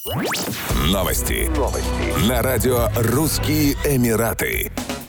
Новости. На радио «Русские Эмираты».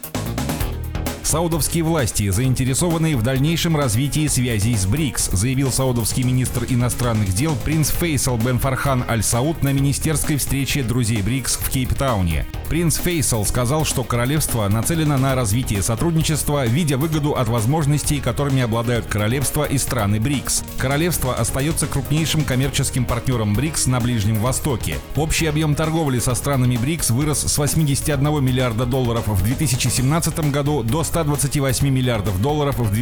Саудовские власти заинтересованы в дальнейшем развитии связей с БРИКС, заявил саудовский министр иностранных дел принц Фейсал бен Фархан Аль-Сауд на министерской встрече друзей БРИКС в Кейптауне. Принц Фейсал сказал, что королевство нацелено на развитие сотрудничества, видя выгоду от возможностей, которыми обладают королевства и страны БРИКС. Королевство остается крупнейшим коммерческим партнером БРИКС на Ближнем Востоке. Общий объем торговли со странами БРИКС вырос с 81 миллиарда долларов в 2017 году до 128 миллиардов долларов в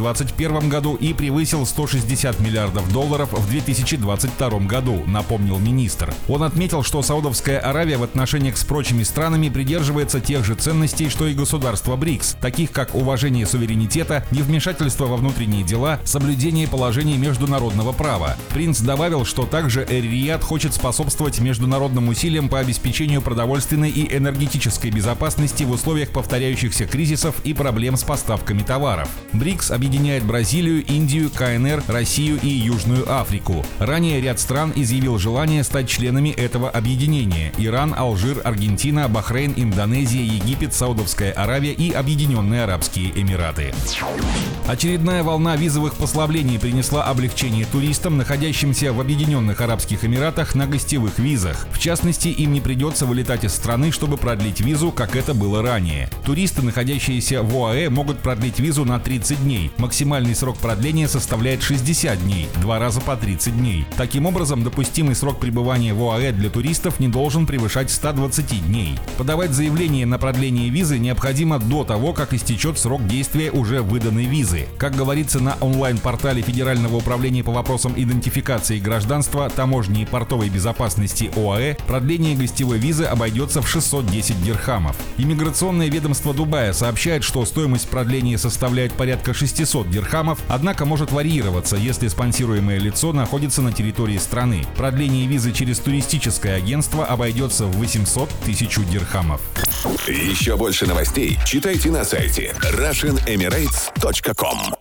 2021 году и превысил 160 миллиардов долларов в 2022 году, напомнил министр. Он отметил, что Саудовская Аравия в отношениях с прочими странами придерживается тех же ценностей, что и государства БРИКС, таких как уважение суверенитета, невмешательство во внутренние дела, соблюдение положений международного права. Принц добавил, что также Эр-Рияд хочет способствовать международным усилиям по обеспечению продовольственной и энергетической безопасности в условиях повторяющихся кризисов и проблем с поставками товаров. БРИКС объединяет Бразилию, Индию, КНР, Россию и Южную Африку. Ранее ряд стран изъявил желание стать членами этого объединения: Иран, Алжир, Аргентина, Бахрейн, Индонезия, Египет, Саудовская Аравия и Объединенные Арабские Эмираты. Очередная волна визовых послаблений принесла облегчение туристам, находящимся в Объединенных Арабских Эмиратах на гостевых визах. В частности, им не придется вылетать из страны, чтобы продлить визу, как это было ранее. Туристы, находящиеся в ОАЭ, могут продлить визу на 30 дней. Максимальный срок продления составляет 60 дней, 2 раза по 30 дней. Таким образом, допустимый срок пребывания в ОАЭ для туристов не должен превышать 120 дней. Подавать заявление на продление визы необходимо до того, как истечет срок действия уже выданной визы. Как говорится на онлайн-портале Федерального управления по вопросам идентификации гражданства, таможни и портовой безопасности ОАЭ, продление гостевой визы обойдется в 610 дирхамов. Иммиграционное ведомство Дубая сообщает, что стоимость продления составляет порядка 600 дирхамов, однако может варьироваться, если спонсируемое лицо находится на территории страны. Продление визы через туристическое агентство обойдется в 800 тысяч дирхамов. Еще больше новостей читайте на сайте RussianEmirates.com.